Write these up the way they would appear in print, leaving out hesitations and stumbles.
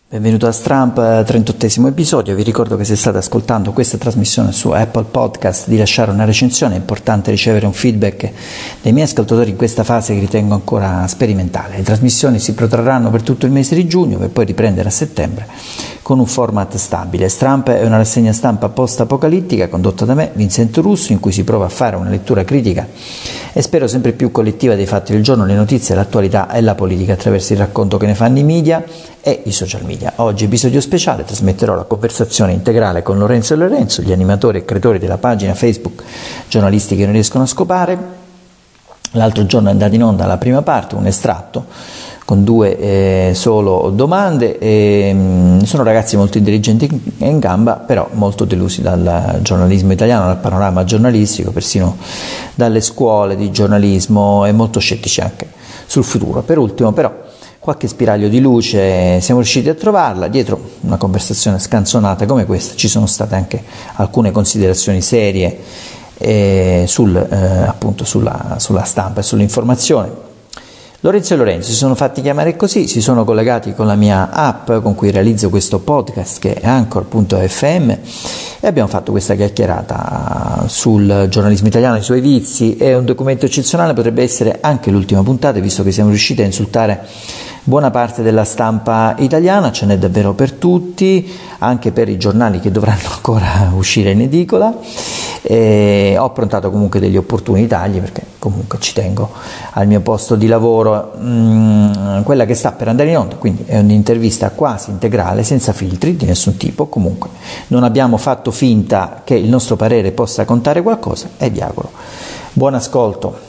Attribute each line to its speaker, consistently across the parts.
Speaker 1: Benvenuto a Stramp, 38esimo episodio. Vi ricordo che se state ascoltando questa trasmissione su Apple Podcast di lasciare una recensione. È importante ricevere un feedback dai miei ascoltatori in questa fase che ritengo ancora sperimentale. Le trasmissioni si protrarranno per tutto il mese di giugno per poi riprendere a settembre con un format stabile. Stramp è una rassegna stampa post-apocalittica condotta da me, Vincenzo Russo, in cui si prova a fare una lettura critica e spero sempre più collettiva dei fatti del giorno, le notizie, l'attualità e la politica attraverso il racconto che ne fanno i media e i social media. Oggi episodio speciale, trasmetterò la conversazione integrale con Lorenzo e Lorenzo, gli animatori e creatori della pagina Facebook Giornalisti che non riescono a scopare. L'altro giorno è andata in onda la prima parte, un estratto con due solo domande. Sono ragazzi molto intelligenti e in gamba, però molto delusi dal giornalismo italiano, dal panorama giornalistico, persino dalle scuole di giornalismo, e molto scettici anche sul futuro. Per ultimo però qualche spiraglio di luce siamo riusciti a trovarla. Dietro una conversazione scanzonata come questa ci sono state anche alcune considerazioni serie appunto sulla stampa e sull'informazione. Lorenzo e Lorenzo si sono fatti chiamare così, si sono collegati con la mia app con cui realizzo questo podcast, che è Anchor.fm, e abbiamo fatto questa chiacchierata sul giornalismo italiano, i suoi vizi. È un documento eccezionale, potrebbe essere anche l'ultima puntata, visto che siamo riusciti a insultare buona parte della stampa italiana. Ce n'è davvero per tutti, anche per i giornali che dovranno ancora uscire in edicola. Ho approntato comunque degli opportuni tagli, perché comunque ci tengo al mio posto di lavoro. Quella che sta per andare in onda, quindi è un'intervista quasi integrale, senza filtri di nessun tipo. Comunque non abbiamo fatto finta che il nostro parere possa contare qualcosa, e vi auguro buon ascolto.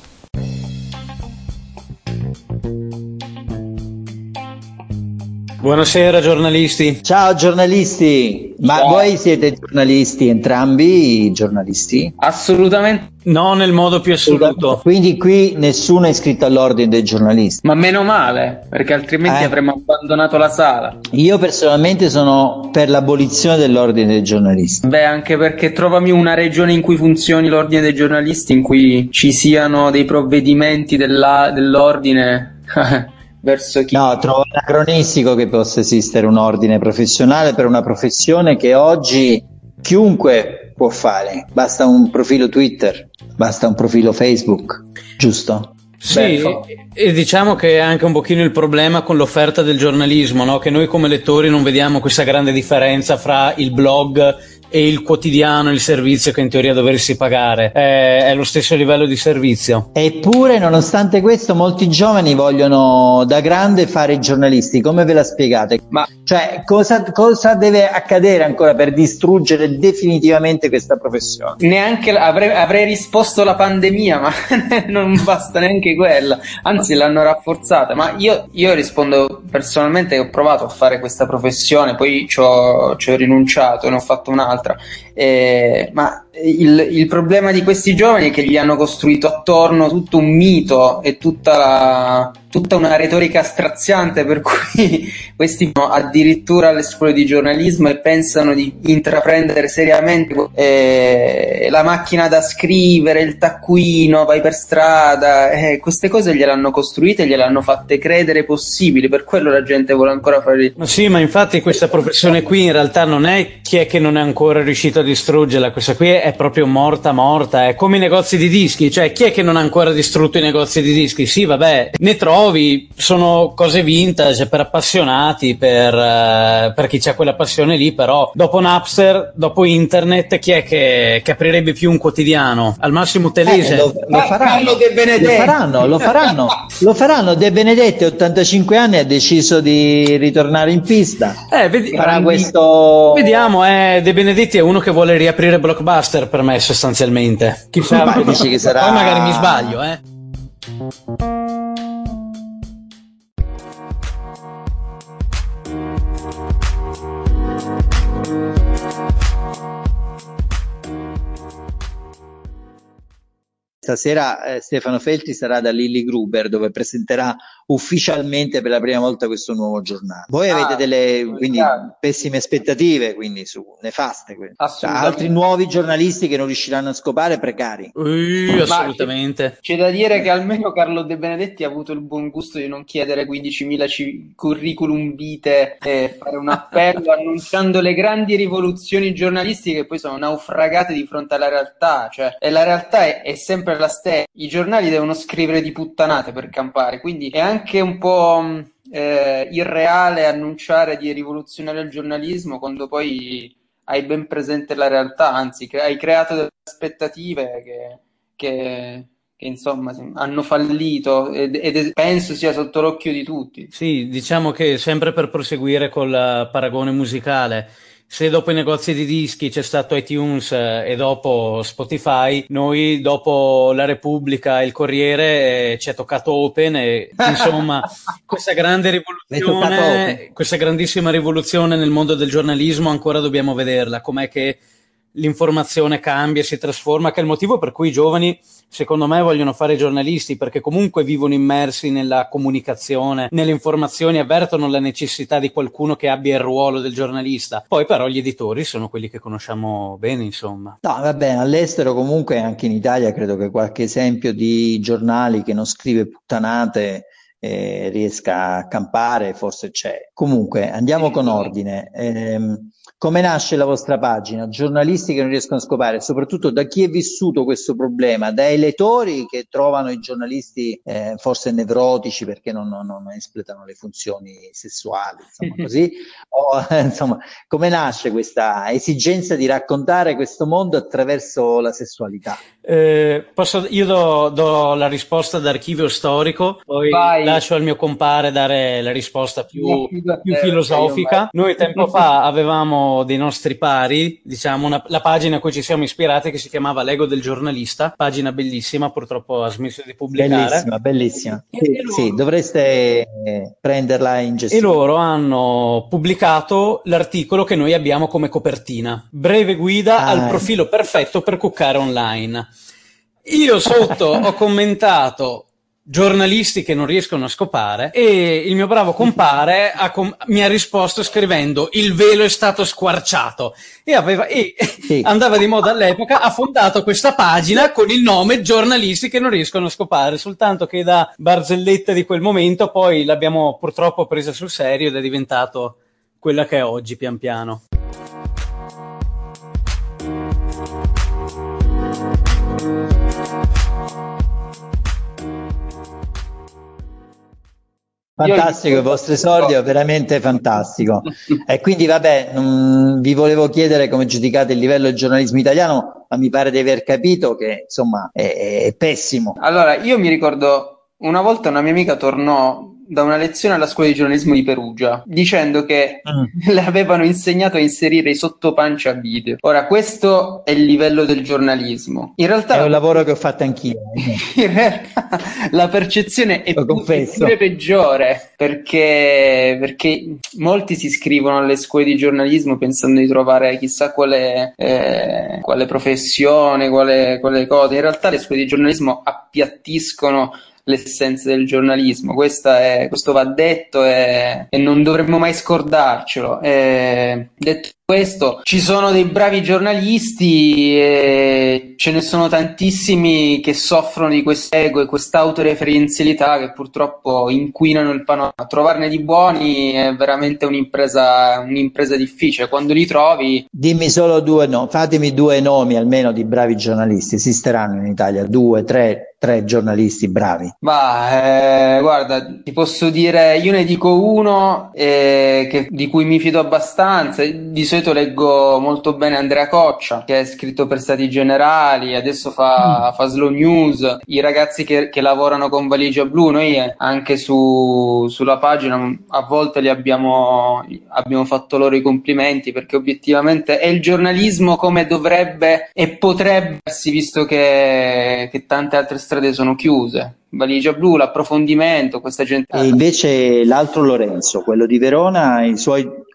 Speaker 2: Buonasera giornalisti.
Speaker 1: Ciao giornalisti, ma
Speaker 2: Ciao.
Speaker 1: Voi siete giornalisti, entrambi giornalisti?
Speaker 2: Assolutamente no, nel modo più assoluto.
Speaker 1: Quindi qui nessuno è iscritto all'ordine dei giornalisti.
Speaker 2: Ma meno male, perché altrimenti avremmo abbandonato la sala.
Speaker 1: Io personalmente sono per l'abolizione dell'ordine dei giornalisti.
Speaker 2: Beh, anche perché trovami una regione in cui funzioni l'ordine dei giornalisti, in cui ci siano dei provvedimenti dell'ordine verso chi...
Speaker 1: No, trovo anacronistico che possa esistere un ordine professionale per una professione che oggi chiunque può fare. Basta un profilo Twitter, basta un profilo Facebook, giusto?
Speaker 2: Sì, e diciamo che è anche un pochino il problema con l'offerta del giornalismo, no? Che noi come lettori non vediamo questa grande differenza fra il blog e il quotidiano, il servizio che in teoria dovresti pagare. È lo stesso livello di servizio.
Speaker 1: Eppure, nonostante questo, molti giovani vogliono da grande fare i giornalisti. Come ve la spiegate?
Speaker 2: Ma
Speaker 1: Cioè, cosa deve accadere ancora per distruggere definitivamente questa professione?
Speaker 2: neanche avrei risposto la pandemia, ma non basta neanche quella, anzi l'hanno rafforzata. Ma io rispondo personalmente che ho provato a fare questa professione, poi ci ho rinunciato e ne ho fatto un'altra. Ma il problema di questi giovani è che gli hanno costruito attorno tutto un mito e tutta una retorica straziante, per cui questi vanno addirittura alle scuole di giornalismo e pensano di intraprendere seriamente la macchina da scrivere, il taccuino, vai per strada, queste cose gliel'hanno costruite e gliel'hanno fatte credere possibili, per quello la gente vuole ancora fare.
Speaker 3: Ma sì, ma infatti questa professione qui in realtà non è chi è che non è ancora riuscito a distruggerla, questa qui è proprio morta, è come i negozi di dischi, cioè chi è che non ha ancora distrutto i negozi di dischi? Sì, vabbè, ne trovi, sono cose vintage per appassionati, per chi c'ha quella passione lì, però dopo Napster, dopo internet, chi è che aprirebbe più un quotidiano? Al massimo Telese.
Speaker 1: Lo faranno.
Speaker 2: De Benedetti.
Speaker 1: Lo faranno. De Benedetti, 85 anni, ha deciso di ritornare in pista.
Speaker 3: Vediamo, De Benedetti è uno che vuole riaprire Blockbuster, per me, sostanzialmente. Chissà,
Speaker 1: Dici che sarà...
Speaker 3: Poi magari mi sbaglio,
Speaker 1: Stasera Stefano Feltri sarà da Lilli Gruber, dove presenterà ufficialmente per la prima volta questo nuovo giornale. Voi avete delle quindi pessime aspettative, quindi nefaste, altri nuovi giornalisti che non riusciranno a scopare, precari.
Speaker 3: Assolutamente.
Speaker 2: C'è da dire che almeno Carlo De Benedetti ha avuto il buon gusto di non chiedere 15.000 curriculum vitae e fare un appello annunciando le grandi rivoluzioni giornalistiche che poi sono naufragate di fronte alla realtà, cioè, e la realtà è sempre la stessa. I giornali devono scrivere di puttanate per campare, quindi è anche un po' irreale annunciare di rivoluzionare il giornalismo quando poi hai ben presente la realtà, anzi hai creato delle aspettative che insomma hanno fallito ed penso sia sotto l'occhio di tutti.
Speaker 3: Sì, diciamo che sempre per proseguire col paragone musicale, se dopo i negozi di dischi c'è stato iTunes e dopo Spotify, noi dopo la Repubblica e il Corriere ci è toccato Open e insomma questa grande rivoluzione, questa grandissima rivoluzione nel mondo del giornalismo ancora dobbiamo vederla, com'è che l'informazione cambia, si trasforma, che è il motivo per cui i giovani secondo me vogliono fare giornalisti, perché comunque vivono immersi nella comunicazione, nelle informazioni, avvertono la necessità di qualcuno che abbia il ruolo del giornalista. Poi però gli editori sono quelli che conosciamo bene, insomma.
Speaker 1: No, va bene, all'estero comunque, anche in Italia credo che qualche esempio di giornali che non scrive puttanate riesca a campare, forse c'è. Comunque andiamo con ordine. Come nasce la vostra pagina? Giornalisti che non riescono a scopare, soprattutto da chi è vissuto questo problema? Dai lettori che trovano i giornalisti forse nevrotici perché non espletano le funzioni sessuali, insomma così? O, insomma, come nasce questa esigenza di raccontare questo mondo attraverso la sessualità?
Speaker 3: Io do la risposta d'archivio storico, poi lascio al mio compare dare la risposta più filosofica. Noi tempo fa avevamo dei nostri pari, diciamo, la pagina a cui ci siamo ispirati, che si chiamava L'Ego del giornalista, pagina bellissima, purtroppo ha smesso di pubblicare.
Speaker 1: Bellissima. Sì, dovreste prenderla in gestione.
Speaker 3: E loro hanno pubblicato l'articolo che noi abbiamo come copertina, breve guida al profilo perfetto per cuccare online. Io sotto ho commentato giornalisti che non riescono a scopare e il mio bravo compare mi ha risposto scrivendo il velo è stato squarciato e andava di moda all'epoca, ha fondato questa pagina con il nome giornalisti che non riescono a scopare, soltanto che da barzelletta di quel momento poi l'abbiamo purtroppo presa sul serio ed è diventato quella che è oggi pian piano.
Speaker 1: Fantastico, il vostro esordio, veramente fantastico. E quindi vabbè, vi volevo chiedere come giudicate il livello del giornalismo italiano, ma mi pare di aver capito che insomma è pessimo.
Speaker 2: Allora, io mi ricordo una volta una mia amica tornò da una lezione alla scuola di giornalismo di Perugia dicendo che le avevano insegnato a inserire i sottopancia a video. Ora, questo è il livello del giornalismo. In realtà
Speaker 1: è un lavoro che ho fatto anch'io.
Speaker 2: In realtà la percezione è pure peggiore perché molti si iscrivono alle scuole di giornalismo pensando di trovare chissà quale professione, quale cosa. In realtà le scuole di giornalismo appiattiscono l'essenza del giornalismo, questo va detto e non dovremmo mai scordarcelo. Detto questo, ci sono dei bravi giornalisti e ce ne sono tantissimi che soffrono di quest'ego e quest'autoreferenzialità che purtroppo inquinano il panorama. Trovarne di buoni è veramente un'impresa difficile. Quando li trovi,
Speaker 1: dimmi solo fatemi due nomi almeno di bravi giornalisti. Esisteranno in Italia 2, 3 giornalisti bravi?
Speaker 2: Guarda, ti posso dire, io ne dico uno di cui mi fido abbastanza. Di solito leggo molto bene Andrea Coccia, che è scritto per Stati Generali, adesso fa Slow News. I ragazzi che lavorano con Valigia Blu, noi anche sulla pagina a volte abbiamo fatto loro i complimenti, perché obiettivamente è il giornalismo come dovrebbe e potrebbe essersi, visto che tante altre strade sono chiuse. Valigia Blu, l'approfondimento, questa gente.
Speaker 1: E invece l'altro Lorenzo, quello di Verona, i suoi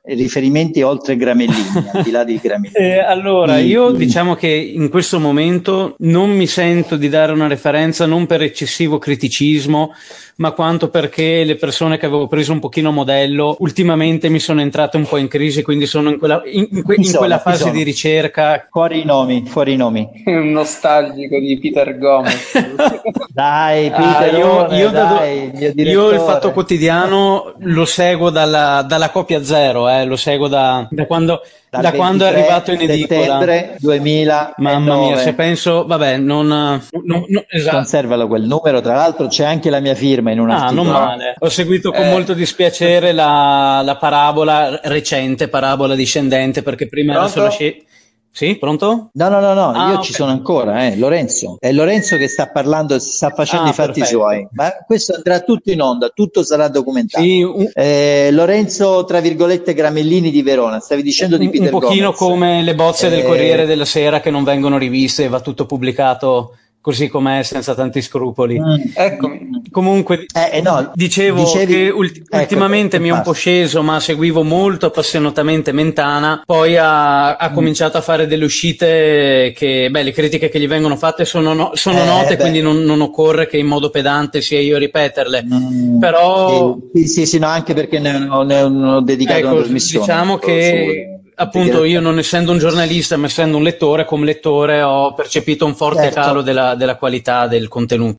Speaker 4: riferimenti oltre Gramellini, al di là di Gramellini.
Speaker 3: Allora, io diciamo che in questo momento non mi sento di dare una referenza, non per eccessivo criticismo, ma quanto perché le persone che avevo preso un pochino a modello ultimamente mi sono entrate un po' in crisi, quindi sono in quella fase di ricerca.
Speaker 4: Fuori i nomi.
Speaker 2: Un nostalgico di Peter Gomez.
Speaker 4: Dai, Peter,
Speaker 3: io il Fatto Quotidiano lo seguo dalla copia zero, lo seguo da quando è arrivato in edicola.
Speaker 4: Settembre 2009.
Speaker 3: Mamma mia, se penso, vabbè, non esatto.
Speaker 4: Conservalo quel numero, tra l'altro c'è anche la mia firma in un articolo.
Speaker 3: Non male. Ho seguito con molto dispiacere la parabola recente, parabola discendente, perché prima era solo Sì, pronto?
Speaker 4: No, io ci sono ancora, Lorenzo. È Lorenzo che sta parlando, sta facendo i fatti suoi. Ma questo andrà tutto in onda, tutto sarà documentato.
Speaker 3: Sì,
Speaker 4: Lorenzo, tra virgolette, Gramellini di Verona, stavi dicendo di Peter Gomez.
Speaker 3: Un pochino come le bozze del Corriere della Sera che non vengono riviste, va tutto pubblicato così com'è, senza tanti scrupoli.
Speaker 2: Eccomi.
Speaker 3: Comunque, dicevo che ultimamente mi è un po' sceso, ma seguivo molto appassionatamente Mentana, poi ha cominciato a fare delle uscite che, le critiche che gli vengono fatte sono note, quindi non occorre che in modo pedante sia io a ripeterle. Però
Speaker 4: sì, no, anche perché ne ho dedicato una trasmissione.
Speaker 3: Diciamo che appunto io, non essendo un giornalista ma essendo un lettore, come lettore ho percepito un forte calo della qualità del contenuto.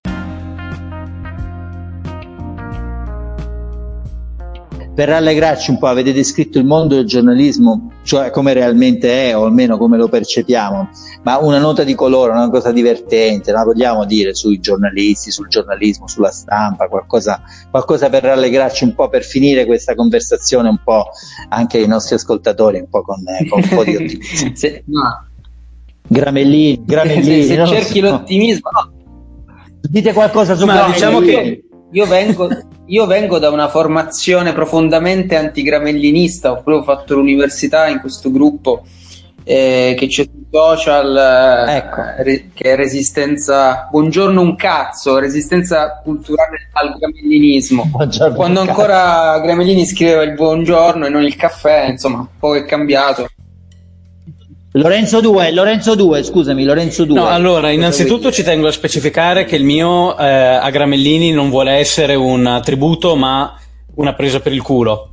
Speaker 4: Per rallegrarci un po', avete descritto il mondo del giornalismo, cioè come realmente è, o almeno come lo percepiamo, ma una nota di colore, una cosa divertente, la vogliamo dire sui giornalisti, sul giornalismo, sulla stampa, qualcosa per rallegrarci un po', per finire questa conversazione un po' anche ai nostri ascoltatori, un po' con un po' di ottimismo. Gramellini,
Speaker 2: se cerchi l'ottimismo,
Speaker 4: dite qualcosa su
Speaker 2: Gramellini. Diciamo che io vengo da una formazione profondamente antigramellinista, ho proprio fatto l'università in questo gruppo che c'è su social, che è resistenza, buongiorno un cazzo, resistenza culturale al gramellinismo. Quando ancora Gramellini scriveva il buongiorno e non il caffè, insomma, un po' è cambiato.
Speaker 4: Lorenzo 2, scusami, Lorenzo 2.
Speaker 3: No, allora, innanzitutto ci tengo a specificare che il mio a Gramellini non vuole essere un tributo, ma una presa per il culo.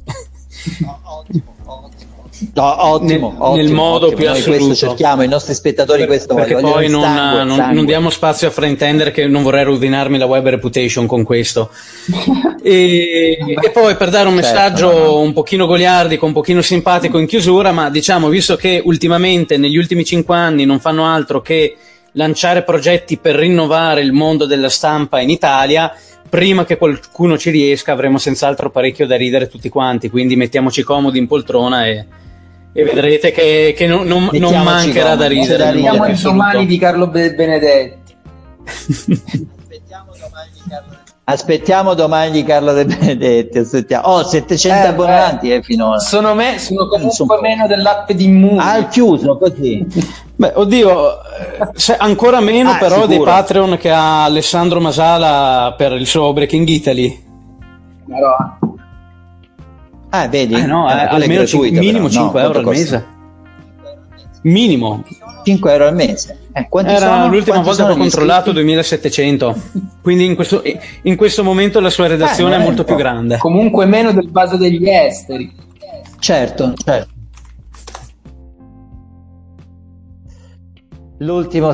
Speaker 4: Ottimo.
Speaker 3: Nel modo più assoluto.
Speaker 4: Questo cerchiamo, i nostri spettatori questo
Speaker 3: perché poi non diamo spazio a fraintendere che non vorrei rovinarmi la web reputation con questo. E poi per dare un messaggio un pochino goliardico, un pochino simpatico in chiusura, ma diciamo, visto che ultimamente negli ultimi 5 anni non fanno altro che lanciare progetti per rinnovare il mondo della stampa in Italia, prima che qualcuno ci riesca avremo senz'altro parecchio da ridere tutti quanti, quindi mettiamoci comodi in poltrona e vedrete che non mancherà da ridere.
Speaker 2: Vediamo il domani di Carlo Benedetti.
Speaker 4: Aspettiamo domani Carlo De Benedetti. 700 abbonati finora.
Speaker 2: Sono comunque meno dell'app di Moon.
Speaker 4: Al chiuso così.
Speaker 3: Beh, oddio, ancora meno però sicuro. Dei Patreon che ha Alessandro Masala per il suo Breaking Italy.
Speaker 4: Vedi?
Speaker 3: Almeno minimo 5 euro al mese. Minimo
Speaker 4: 5 euro al mese.
Speaker 3: L'ultima volta che ho controllato 2700. Quindi in questo momento la sua redazione è molto più grande.
Speaker 2: Comunque meno del vaso degli esteri.
Speaker 4: Certo. L'ultima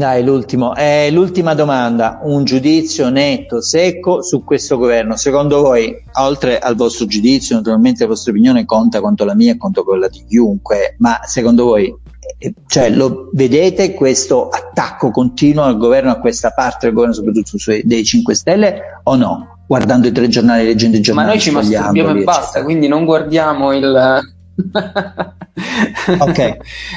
Speaker 4: domanda, un giudizio netto, secco su questo governo. Secondo voi, oltre al vostro giudizio, naturalmente la vostra opinione conta quanto la mia e quanto quella di chiunque, ma secondo voi, lo vedete questo attacco continuo al governo, a questa parte del governo, soprattutto dei 5 Stelle, o no? Guardando i telegiornali, leggendo i giornali,
Speaker 2: ma noi ci masturbiamo e basta, quindi non guardiamo il
Speaker 4: ok.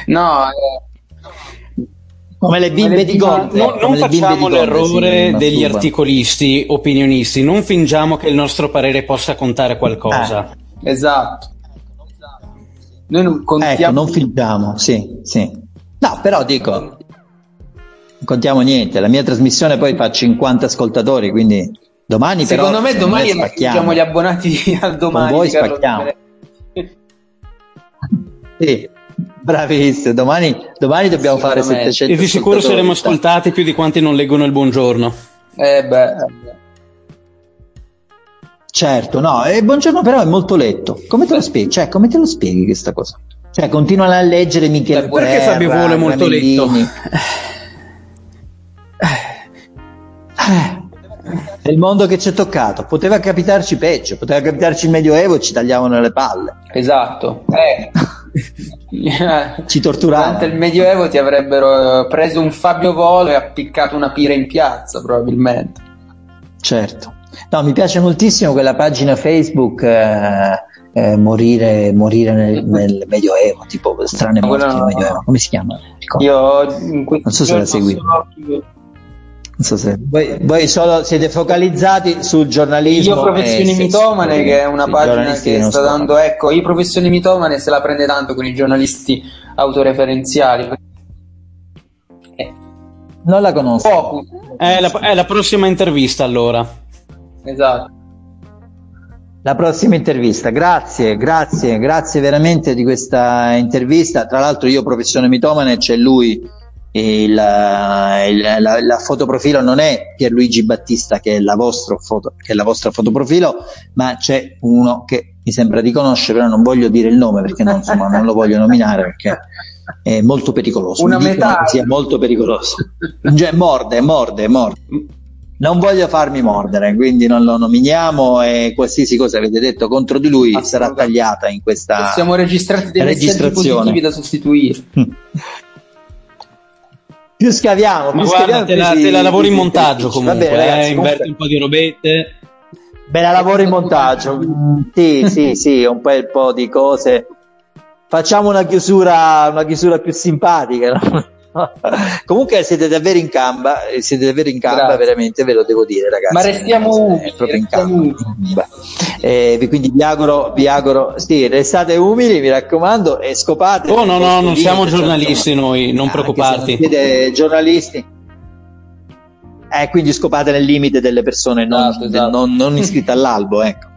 Speaker 2: Come le bimbe di Gold.
Speaker 3: Non facciamo l'errore degli articolisti, opinionisti, non fingiamo che il nostro parere possa contare qualcosa.
Speaker 2: Esatto. Noi non contiamo.
Speaker 4: Non fingiamo, sì. No, però dico, non contiamo niente. La mia trasmissione poi fa 50 ascoltatori, quindi domani
Speaker 2: secondo me domani raggiungiamo gli abbonati al domani.
Speaker 4: Con voi spacchiamo. Sì, bravissimo. Domani dobbiamo fare 700.
Speaker 3: E di sicuro saremo ascoltati più di quanti non leggono il buongiorno.
Speaker 4: Certo, no, il buongiorno però è molto letto. Come te lo spieghi? Cioè, come te lo spieghi questa cosa? Cioè, continuano a leggere Michele Ferra,
Speaker 3: perché Fabio Volo è molto letto?
Speaker 4: È il mondo che ci è toccato. Poteva capitarci peggio, poteva capitarci il Medioevo e ci tagliavano le palle.
Speaker 2: Esatto.
Speaker 4: Ci torturavano.
Speaker 2: Durante il Medioevo ti avrebbero preso un Fabio Volo e appiccato una pira in piazza, probabilmente.
Speaker 4: Certo. No, mi piace moltissimo quella pagina Facebook morire nel Medioevo, tipo strane morti nel Medioevo. Come si chiama?
Speaker 2: Non
Speaker 4: so se la segui. Non so se voi solo siete focalizzati sul giornalismo.
Speaker 2: Io Professioni Mitomane, che è una pagina che sta dando, ecco, Io Professioni Mitomane se la prende tanto con i giornalisti autoreferenziali.
Speaker 4: Non la conosco.
Speaker 3: È la prossima intervista, allora.
Speaker 2: Esatto.
Speaker 4: La prossima intervista, grazie veramente di questa intervista. Tra l'altro io Professione Mitomane, c'è lui, la fotoprofilo non è Pierluigi Battista che è la vostra fotoprofilo, ma c'è uno che mi sembra di conoscere, però non voglio dire il nome perché non lo voglio nominare perché è molto pericoloso.
Speaker 2: Una metà
Speaker 4: sia molto pericoloso. Cioè, morde. Non voglio farmi mordere, quindi non lo nominiamo e qualsiasi cosa avete detto contro di lui sarà tagliata in questa
Speaker 2: Siamo registrati dei messaggi positivi da sostituire.
Speaker 4: Più scaviamo,
Speaker 3: te la lavori in montaggio comunque.
Speaker 4: Vabbè, ragazzi,
Speaker 3: inverti un po' di robette.
Speaker 4: Beh, la lavoro in montaggio. Sì, un po' di cose. Facciamo una chiusura più simpatica, no? Comunque siete davvero in gamba, veramente, ve lo devo dire, ragazzi.
Speaker 2: Ma restiamo umili,
Speaker 4: proprio in gamba. Quindi vi auguro, sì, restate umili, mi raccomando, e scopate.
Speaker 3: Oh no, non siamo giornalisti noi, non preoccuparti.
Speaker 4: Siete giornalisti. Quindi scopate nel limite delle persone non iscritte all'albo, ecco.